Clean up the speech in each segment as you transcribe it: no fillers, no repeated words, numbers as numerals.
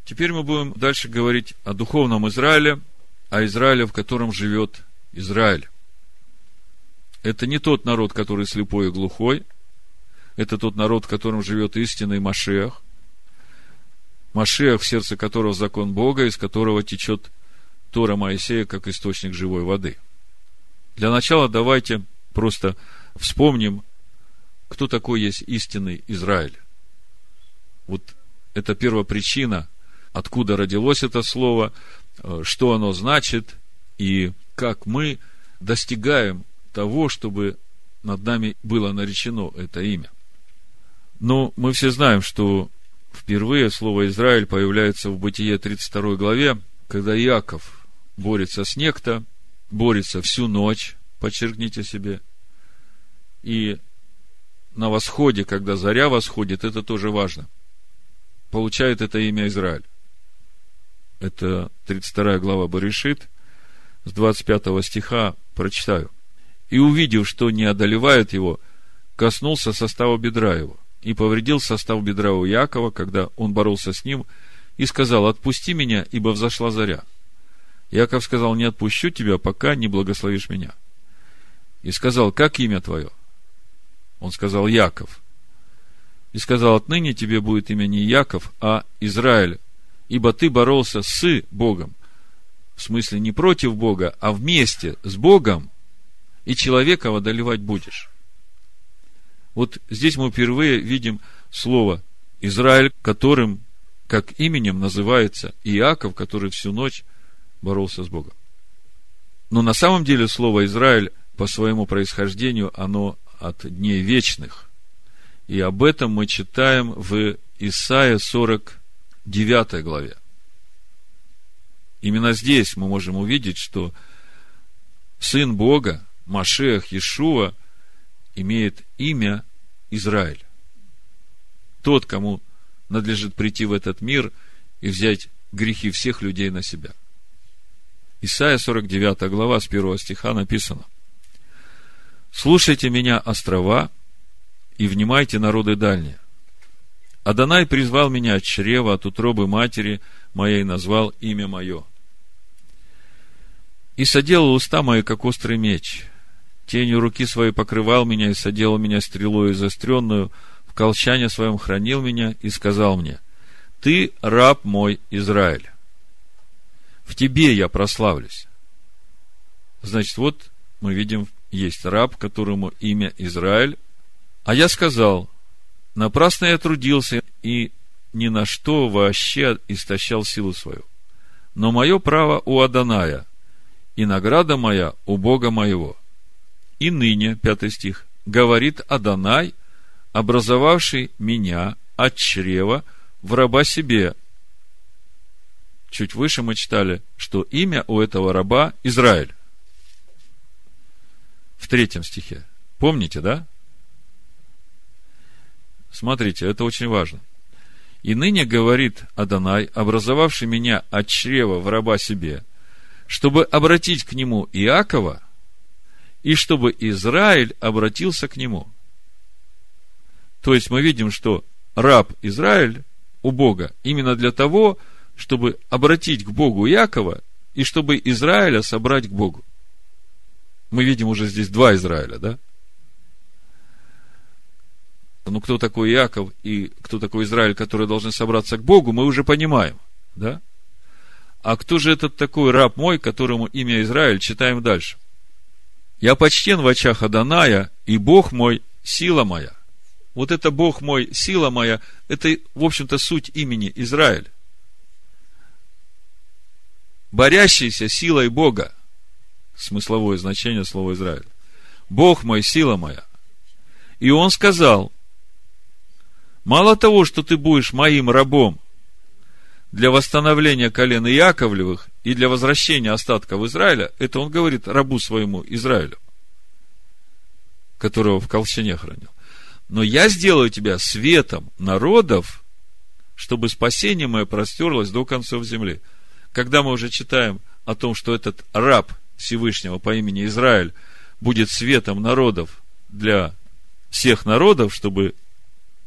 Теперь мы будем дальше говорить о духовном Израиле, о Израиле, в котором живет Израиль. Это не тот народ, который слепой и глухой. Это тот народ, в котором живет истинный Машиах. Машиах, в сердце которого закон Бога, из которого течет Тора Моисея, как источник живой воды. Для начала давайте просто вспомним, кто такой есть истинный Израиль. Вот это первопричина, откуда родилось это слово, что оно значит, и как мы достигаем того, чтобы над нами было наречено это имя. Но мы все знаем, что впервые слово «Израиль» появляется в Бытие 32 главе, когда Иаков борется с некто, борется всю ночь, подчеркните себе, и на восходе, когда заря восходит, это тоже важно, получает это имя Израиль. Это 32 глава Берешит, с 25 стиха прочитаю. «И, увидев, что не одолевает его, коснулся состава бедра его, и повредил состав бедра у Иакова, когда он боролся с ним, и сказал: отпусти меня, ибо взошла заря. Иаков сказал: не отпущу тебя, пока не благословишь меня. И сказал: как имя твое? Он сказал: Яков. И сказал: отныне тебе будет имя не Яков, а Израиль, ибо ты боролся с Богом». В смысле, не против Бога, а вместе с Богом, и человека одолевать будешь. Вот здесь мы впервые видим слово Израиль, которым, как именем, называется Иаков, который всю ночь боролся с Богом. Но на самом деле слово Израиль по своему происхождению, оно от дней вечных. И об этом мы читаем в Исаия 49 главе. Именно здесь мы можем увидеть, что Сын Бога, Машиах Иешуа, имеет имя Израиль. Тот, кому надлежит прийти в этот мир и взять грехи всех людей на себя. Исайя 49 глава, с 1 стиха написано: «Слушайте меня, острова, и внимайте, народы дальние. Адонай призвал меня от чрева, от утробы матери моей назвал имя мое. И соделал уста мои, как острый меч. Тенью руки своей покрывал меня и соделал меня стрелою заостренную, в колчане своем хранил меня и сказал мне: ты раб мой Израиль, в тебе я прославлюсь». Значит, вот мы видим, есть раб, которому имя Израиль. А я сказал: напрасно я трудился и ни на что вообще истощал силу свою. Но мое право у Адоная, и награда моя у Бога моего. И ныне, 5 стих, говорит Адонай, образовавший меня от чрева в раба себе. Чуть выше мы читали, что имя у этого раба Израиль. В 3 стихе. Помните, да? Смотрите, это очень важно. И ныне говорит Адонай, образовавший меня от чрева в раба себе, чтобы обратить к нему Иакова, и чтобы Израиль обратился к нему. То есть мы видим, что раб Израиль у Бога именно для того, чтобы обратить к Богу Иакова, и чтобы Израиля собрать к Богу. Мы видим уже здесь 2 Израиля, да? Ну, кто такой Иаков и кто такой Израиль, которые должны собраться к Богу, мы уже понимаем, да? А кто же этот такой раб мой, которому имя Израиль? Читаем дальше. «Я почтен в очах Адоная, и Бог мой – сила моя». Вот это Бог мой, сила моя, это, в общем-то, суть имени Израиль. Борящийся силой Бога. Смысловое значение слова Израиль. Бог мой, сила моя. И он сказал: мало того, что ты будешь моим рабом для восстановления колен Иаковлевых и для возвращения остатков Израиля, это он говорит рабу своему Израилю, которого в колчане хранил. Но я сделаю тебя светом народов, чтобы спасение мое простерлось до концов земли. Когда мы уже читаем о том, что этот раб Всевышнего по имени Израиль будет светом народов для всех народов, чтобы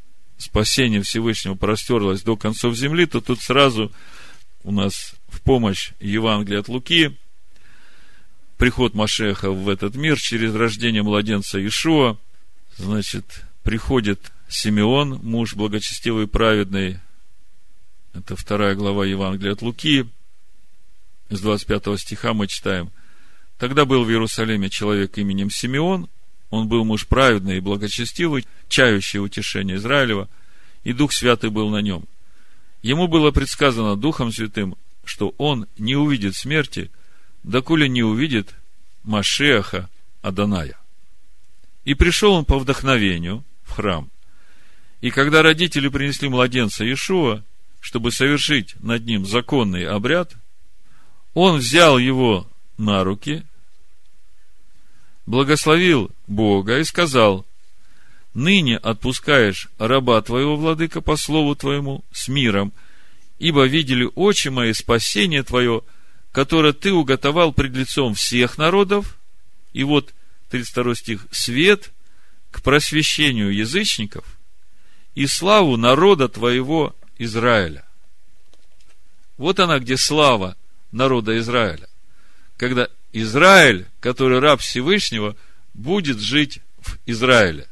спасение Всевышнего простерлось до концов земли, то тут сразу у нас в помощь Евангелие от Луки, приход Машеха в этот мир через рождение младенца Иешуа. Значит, приходит Симеон, муж благочестивый и праведный. Это 2 глава Евангелия от Луки. С 25 стиха мы читаем: «Тогда был в Иерусалиме человек именем Симеон, он был муж праведный и благочестивый, чающий утешение Израилева, и Дух Святый был на нем. Ему было предсказано Духом Святым, что он не увидит смерти, доколе не увидит Машеха Адоная. И пришел он по вдохновению в храм. И когда родители принесли младенца Иешуа, чтобы совершить над ним законный обряд, он взял его на руки, благословил Бога и сказал: ныне отпускаешь раба твоего, владыка, по слову твоему, с миром, ибо видели очи мои спасение твое, которое ты уготовал пред лицом всех народов. И вот 32 стих: свет к просвещению язычников и славу народа твоего Израиля. Вот она, где слава народа Израиля. Когда Израиль, который раб Всевышнего, будет жить в Израиле.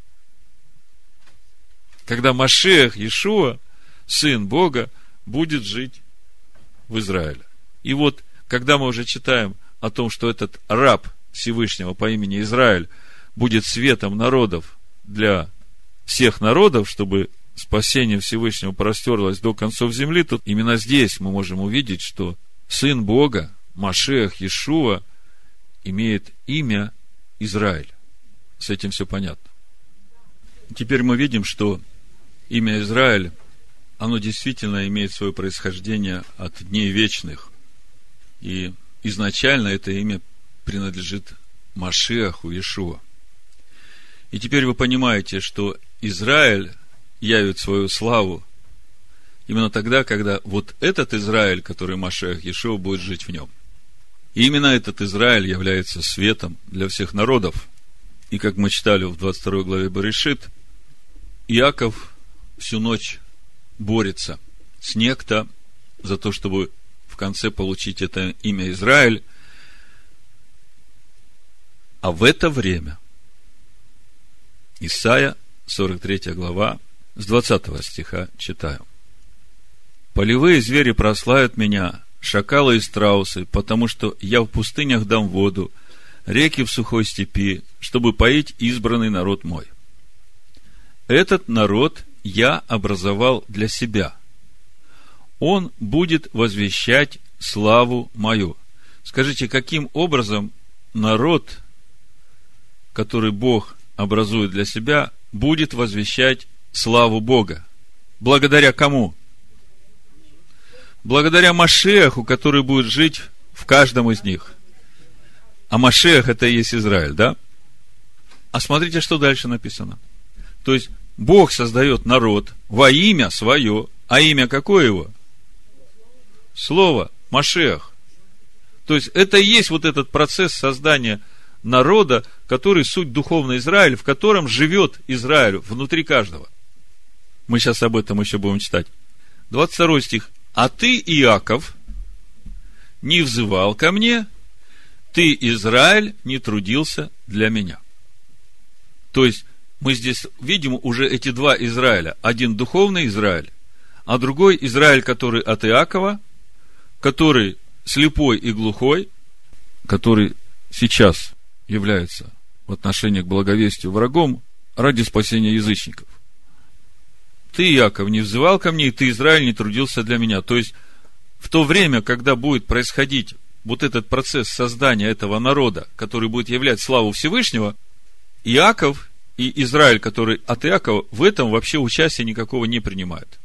Когда Машиах Иешуа, Сын Бога, будет жить в Израиле. И вот, когда мы уже читаем о том, что этот раб Всевышнего по имени Израиль будет светом народов для всех народов, чтобы спасение Всевышнего простерлось до концов земли, то именно здесь мы можем увидеть, что Сын Бога, Машиах Иешуа, имеет имя Израиль. С этим все понятно. Теперь мы видим, что имя Израиль, оно действительно имеет свое происхождение от дней вечных. И изначально это имя принадлежит Машиаху Иешуа. И теперь вы понимаете, что Израиль явит свою славу именно тогда, когда вот этот Израиль, который Машиах Иешуа, будет жить в нем. И именно этот Израиль является светом для всех народов. И как мы читали в 22 главе Берешит, Иаков всю ночь борется с некто за то, чтобы в конце получить это имя Израиль. А в это время Исайя, 43 глава, с 20 стиха читаю: «Полевые звери прославят меня, шакалы и страусы, потому что я в пустынях дам воду, реки в сухой степи, чтобы поить избранный народ мой. Этот народ я образовал для себя. Он будет возвещать славу мою». Скажите, каким образом народ, который Бог образует для себя, будет возвещать славу Бога? Благодаря кому? Благодаря Машиаху, который будет жить в каждом из них. А Машиах — это и есть Израиль, да? А смотрите, что дальше написано. То есть, Бог создает народ во имя свое. А имя какое его? Слово, Машиах. То есть, это и есть вот этот процесс создания народа, который суть духовный Израиль, в котором живет Израиль внутри каждого. Мы сейчас об этом еще будем читать. 22 стих. «А ты, Иаков, не взывал ко мне, ты, Израиль, не трудился для меня». То есть, мы здесь видим уже эти два Израиля. Один духовный Израиль, а другой Израиль, который от Иакова, который слепой и глухой, который сейчас является в отношении к благовестию врагом ради спасения язычников. Ты, Иаков, не взывал ко мне, и ты, Израиль, не трудился для меня. То есть, в то время, когда будет происходить вот этот процесс создания этого народа, который будет являть славу Всевышнего, Иаков и Израиль, который от Иакова, в этом вообще участия никакого не принимают.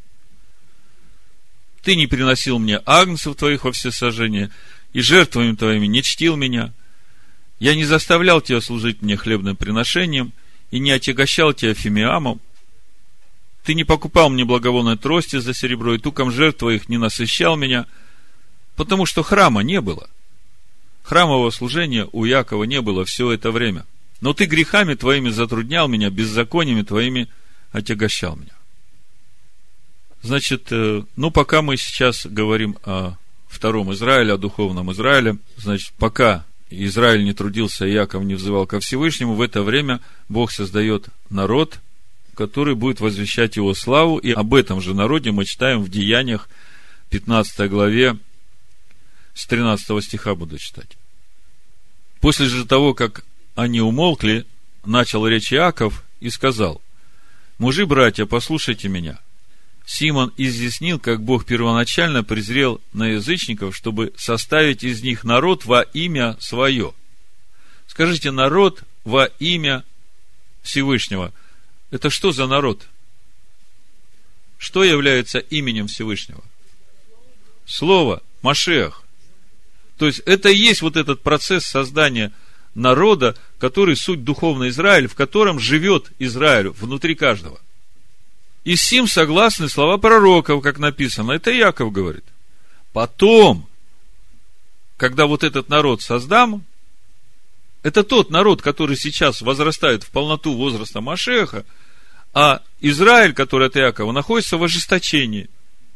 Ты не приносил мне агнцев твоих во всесожжение, и жертвами твоими не чтил меня. Я не заставлял тебя служить мне хлебным приношением, и не отягощал тебя фимиамом. Ты не покупал мне благовонной трости за серебро, и туком жертв твоих не насыщал меня, потому что храма не было. Храмового служения у Иакова не было все это время. Но ты грехами твоими затруднял меня, беззакониями твоими отягощал меня. Значит, пока мы сейчас говорим о втором Израиле, о духовном Израиле, значит, пока Израиль не трудился, Иаков не взывал ко Всевышнему, в это время Бог создает народ, который будет возвещать его славу, и об этом же народе мы читаем в Деяниях, 15 главе, с 13 стиха буду читать. После же того, как они умолкли, начал речь Иаков и сказал: «Мужи, братья, послушайте меня. Симон изъяснил, как Бог первоначально презрел на язычников, чтобы составить из них народ во имя свое». Скажите, народ во имя Всевышнего. Это что за народ? Что является именем Всевышнего? Слово, Машиах. То есть, это и есть вот этот процесс создания народа, который суть духовный Израиль, в котором живет Израиль внутри каждого. И с сим согласны слова пророков, как написано. Это Иаков говорит. Потом, когда вот этот народ создам, это тот народ, который сейчас возрастает в полноту возраста Машиаха, а Израиль, который от Иакова, находится в ожесточении.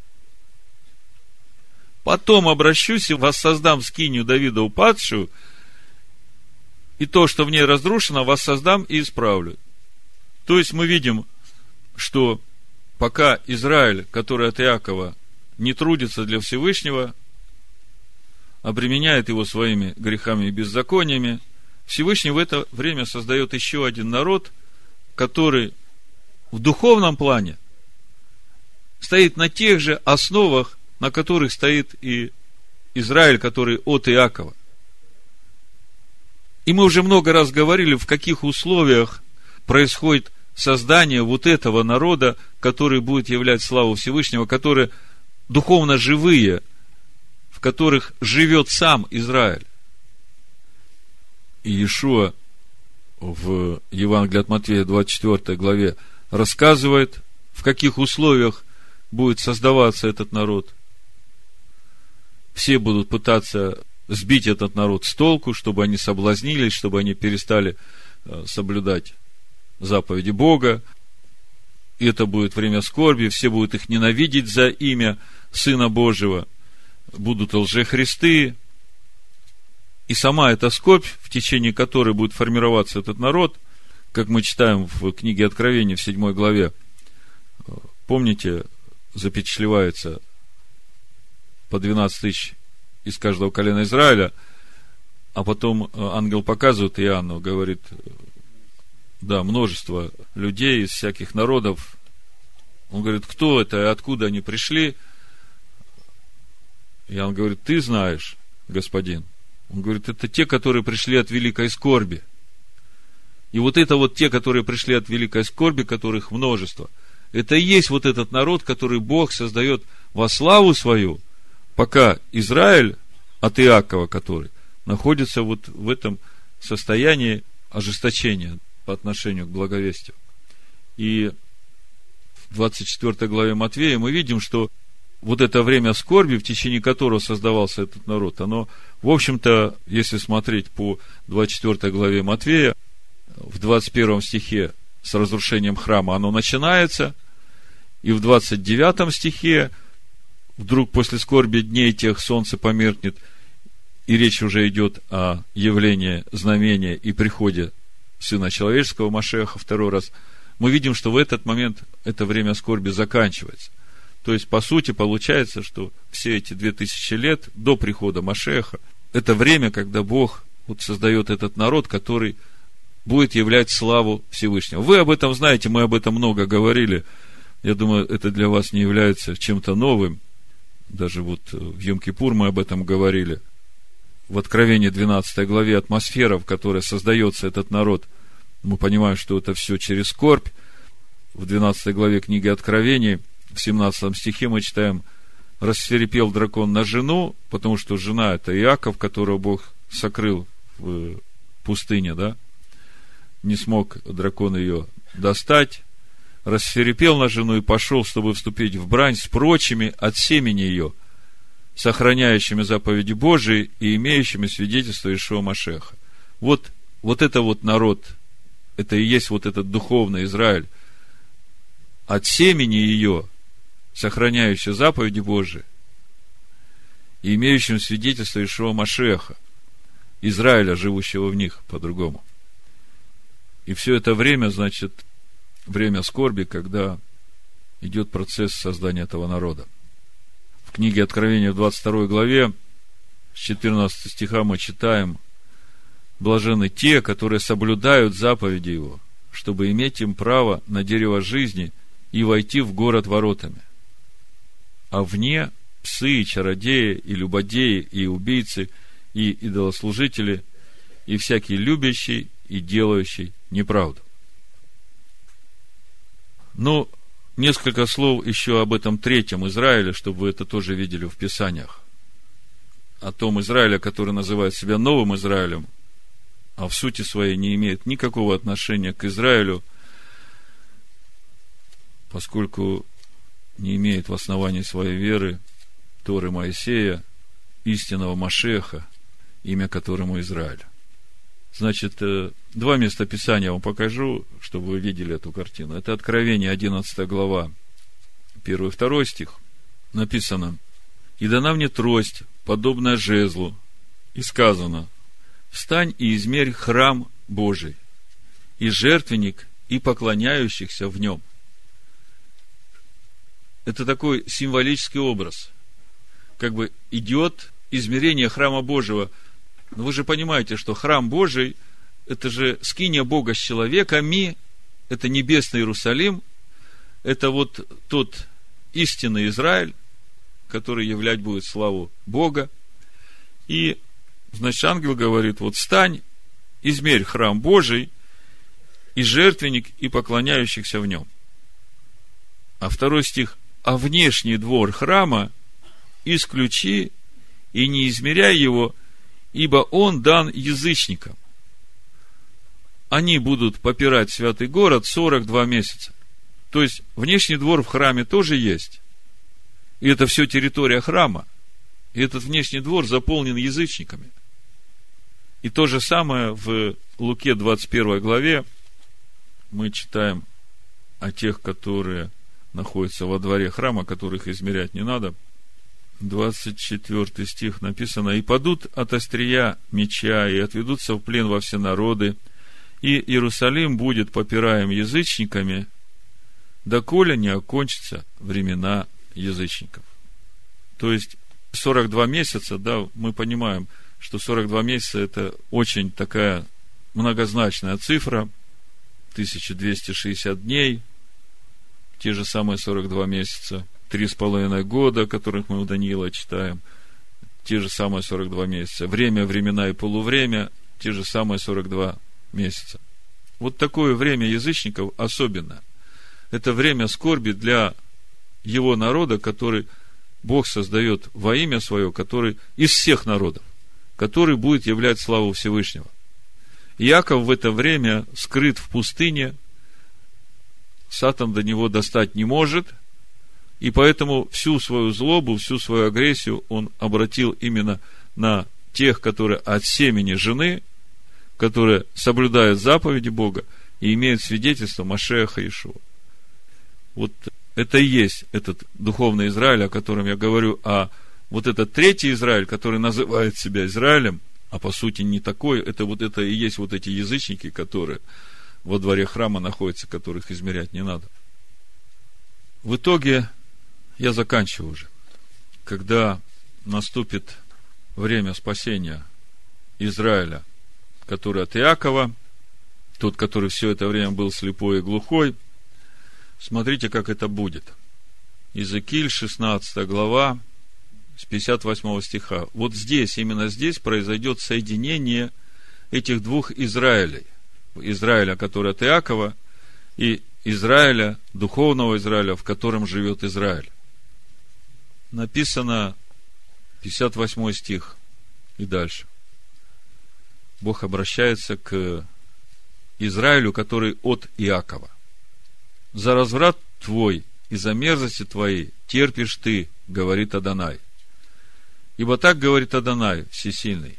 Потом обращусь и воссоздам скинию Давида упадшую, и то, что в ней разрушено, воссоздам и исправлю. То есть мы видим, что пока Израиль, который от Иакова, не трудится для Всевышнего, обременяет его своими грехами и беззакониями, Всевышний в это время создает еще один народ, который в духовном плане стоит на тех же основах, на которых стоит и Израиль, который от Иакова. И мы уже много раз говорили, в каких условиях происходит создание вот этого народа, который будет являть славу Всевышнего, которые духовно живые, в которых живет сам Израиль. И Иешуа в Евангелии от Матфея, 24 главе, рассказывает, в каких условиях будет создаваться этот народ. Все будут пытаться сбить этот народ с толку, чтобы они соблазнились, чтобы они перестали соблюдать заповеди Бога. И это будет время скорби, все будут их ненавидеть за имя Сына Божьего, будут лжехристы. И сама эта скорбь, в течение которой будет формироваться этот народ, как мы читаем в книге Откровения, в 7 главе, помните, запечатлевается по 12 тысяч из каждого колена Израиля, а потом ангел показывает Иоанну, говорит, да, множество людей из всяких народов. Он говорит, кто это и откуда они пришли? Иоанн говорит, ты знаешь, господин. Он говорит, это те, которые пришли от великой скорби. И вот это вот те, которые пришли от великой скорби, которых множество. Это и есть вот этот народ, который Бог создает во славу свою, пока Израиль от Иакова, который находится вот в этом состоянии ожесточения по отношению к благовестию. И в 24 главе Матвея мы видим, что вот это время скорби, в течение которого создавался этот народ, оно, в общем-то, если смотреть по 24 главе Матвея, в 21 стихе с разрушением храма оно начинается, и в 29 стихе вдруг после скорби дней тех солнце померкнет, и речь уже идет о явлении знамения и приходе Сына Человеческого, Машиаха, второй раз. Мы видим, что в этот момент это время скорби заканчивается. То есть, по сути, получается, что все эти 2000 лет до прихода Машиаха это время, когда Бог вот создает этот народ, который будет являть славу Всевышнего. Вы об этом знаете, мы об этом много говорили. Я думаю, это для вас не является чем-то новым. Даже вот в Йом-Кипур мы об этом говорили. В Откровении 12 главе атмосфера, в которой создается этот народ, мы понимаем, что это все через скорбь. В 12 главе книги Откровений, в 17 стихе мы читаем, рассвирепел дракон на жену, потому что жена это Иаков, которого Бог сокрыл в пустыне, да? Не смог дракон ее достать. Рассвирепел на жену и пошел, чтобы вступить в брань с прочими от семени ее, сохраняющими заповеди Божии и имеющими свидетельство Иешуа Машиаха. Вот это вот народ, это и есть вот этот духовный Израиль, от семени ее, сохраняющего заповеди Божии, и имеющим свидетельство Иешуа Машеха, Израиля, живущего в них, по-другому. И все это время, значит, время скорби, когда идет процесс создания этого народа. В книге Откровения в 22 главе, с 14 стиха мы читаем: «Блаженны те, которые соблюдают заповеди Его, чтобы иметь им право на дерево жизни и войти в город воротами. А вне псы, и чародеи, и любодеи, и убийцы, и идолослужители, и всякий любящий и делающий неправду». Ну, несколько слов еще об этом третьем Израиле, чтобы вы это тоже видели в Писаниях. О том Израиле, который называет себя новым Израилем, а в сути своей не имеет никакого отношения к Израилю, поскольку не имеет в основании своей веры Торы Моисея, истинного Машеха, имя которому Израиль. Значит, два места Писания я вам покажу, чтобы вы видели эту картину. Это Откровение, 11 глава, 1 и 2 стих. Написано: «И дана мне трость, подобная жезлу, и сказано: встань и измерь храм Божий, и жертвенник, и поклоняющихся в нем». Это такой символический образ. Как бы идет измерение храма Божьего. Но вы же понимаете, что храм Божий – это же скиния Бога с человеками, это небесный Иерусалим, это вот тот истинный Израиль, который являть будет славу Бога. И, значит, ангел говорит: вот встань, измерь храм Божий, и жертвенник, и поклоняющихся в нем. А 2 стих: а внешний двор храма исключи и не измеряй его, ибо он дан язычникам. Они будут попирать святый город 42 месяца. То есть, внешний двор в храме тоже есть. И это все территория храма. И этот внешний двор заполнен язычниками. И то же самое в Луке 21 главе мы читаем о тех, которые находятся во дворе храма, которых измерять не надо. 24 стих написано: «И падут от острия меча, и отведутся в плен во все народы, и Иерусалим будет попираем язычниками, доколе не окончатся времена язычников». То есть 42 месяца, да, мы понимаем, что 42 месяца это очень такая многозначная цифра, 1260 дней, те же самые 42 месяца, 3,5 года, о которых мы у Даниила читаем, те же самые 42 месяца. Время, времена и полувремя, те же самые 42 месяца. Вот такое время язычников особенное. Это время скорби для его народа, который Бог создает во имя свое, который из всех народов, который будет являть славу Всевышнего. Иаков в это время скрыт в пустыне, Сатан до него достать не может, и поэтому всю свою злобу, всю свою агрессию он обратил именно на тех, которые от семени жены, которые соблюдают заповеди Бога и имеют свидетельство Машеха Иешуа. Вот это и есть этот духовный Израиль, о котором я говорю. А вот этот третий Израиль, который называет себя Израилем, а по сути не такой, это и есть вот эти язычники, которые во дворе храма находятся, которых измерять не надо. В итоге я заканчиваю уже. Когда наступит время спасения Израиля, который от Иакова, тот, который все это время был слепой и глухой, смотрите, как это будет. Иезекииль, 16 глава, с 58 стиха. Вот здесь, именно здесь произойдет соединение этих двух Израилей. Израиля, который от Иакова, и Израиля, духовного Израиля, в котором живет Израиль. Написано 58 стих и дальше. Бог обращается к Израилю, который от Иакова. «За разврат твой и за мерзости твоей терпишь ты, говорит Адонай. Ибо так говорит Адонай Всесильный: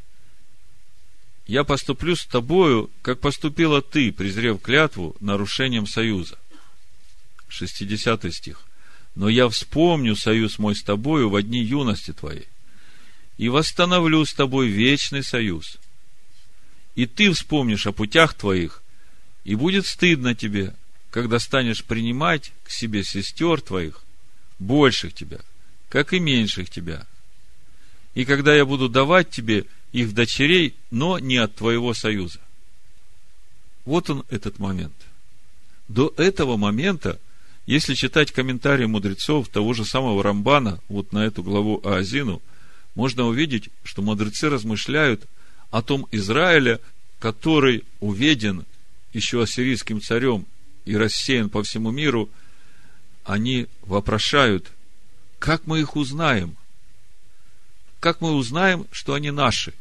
я поступлю с тобою, как поступила ты, презрев клятву нарушением союза. 60 стих. Но я вспомню союз мой с тобою во дни юности твоей, и восстановлю с тобой вечный союз. И ты вспомнишь о путях твоих, и будет стыдно тебе, когда станешь принимать к себе сестер твоих, больших тебя, как и меньших тебя. И когда я буду давать тебе их в дочерей, но не от твоего союза. Вот он, этот момент. До этого момента, если читать комментарии мудрецов того же самого Рамбана, вот на эту главу Аазину, можно увидеть, что мудрецы размышляют о том Израиле, который уведен еще ассирийским царем и рассеян по всему миру. Они вопрошают, как мы их узнаем? Как мы узнаем, что они наши?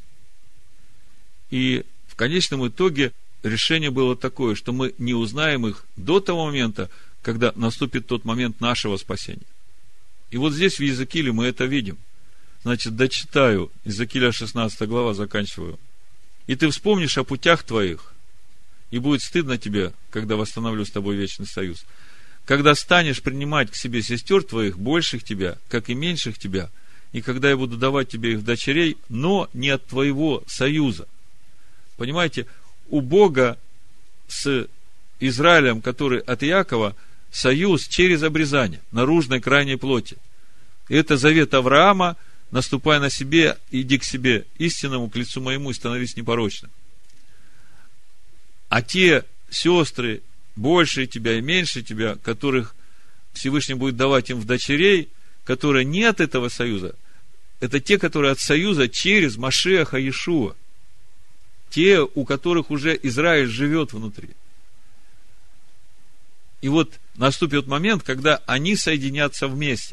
И в конечном итоге решение было такое, что мы не узнаем их до того момента, когда наступит тот момент нашего спасения. И вот здесь в Иезекииле мы это видим. Значит, дочитаю, Иезекииля 16 глава, заканчиваю. И ты вспомнишь о путях твоих, и будет стыдно тебе, когда восстановлю с тобой вечный союз. Когда станешь принимать к себе сестер твоих, больших тебя, как и меньших тебя, и когда я буду давать тебе их в дочерей, но не от твоего союза. Понимаете, у Бога с Израилем, который от Иакова, союз через обрезание наружной крайней плоти. И это завет Авраама: наступай на себе, иди к себе истинному, к лицу моему, и становись непорочным. А те сестры, больше тебя и меньше тебя, которых Всевышний будет давать им в дочерей, которые не от этого союза, это те, которые от союза через Машиаха Иешуа. Те, у которых уже Израиль живет внутри. И вот наступит момент, когда они соединятся вместе.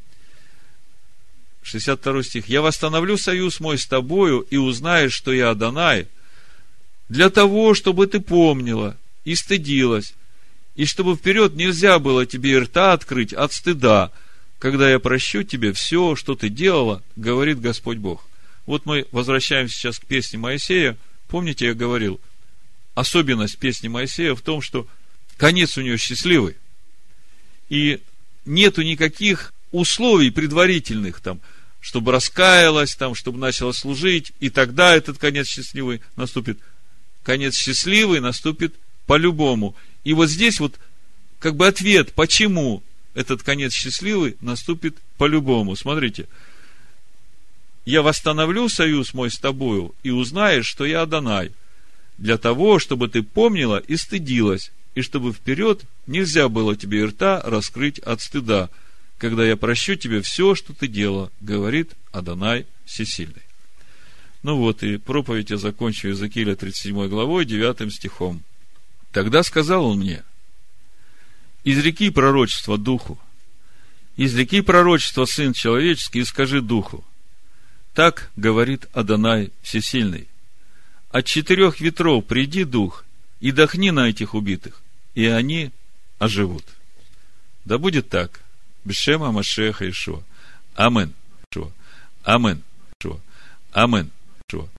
62 стих. «Я восстановлю союз мой с тобою, и узнаешь, что я Адонай, для того, чтобы ты помнила и стыдилась, и чтобы вперед нельзя было тебе и рта открыть от стыда, когда я прощу тебе все, что ты делала, говорит Господь Бог». Вот мы возвращаемся сейчас к песне Моисея. Помните, я говорил, особенность песни Моисея в том, что конец у нее счастливый. И нету никаких условий предварительных, там, чтобы раскаялась, там, чтобы начала служить, и тогда этот конец счастливый наступит. Конец счастливый наступит по-любому. И вот здесь вот как бы ответ, почему этот конец счастливый наступит по-любому. Смотрите. «Я восстановлю союз мой с тобою, и узнаешь, что я Адонай, для того, чтобы ты помнила и стыдилась, и чтобы вперед нельзя было тебе и рта раскрыть от стыда, когда я прощу тебе все, что ты делала, говорит Адонай Всесильный». Ну вот, и проповедь я закончу Иезекииля 37 главой, 9 стихом. «Тогда сказал он мне: изреки пророчество духу, изреки пророчество, сын человеческий, и скажи духу: так говорит Адонай Всесильный: от 4 ветров приди, дух, и дохни на этих убитых, и они оживут». Да будет так. Бешем ха-Машиаха Иешуа. Амин. Амин. Амин.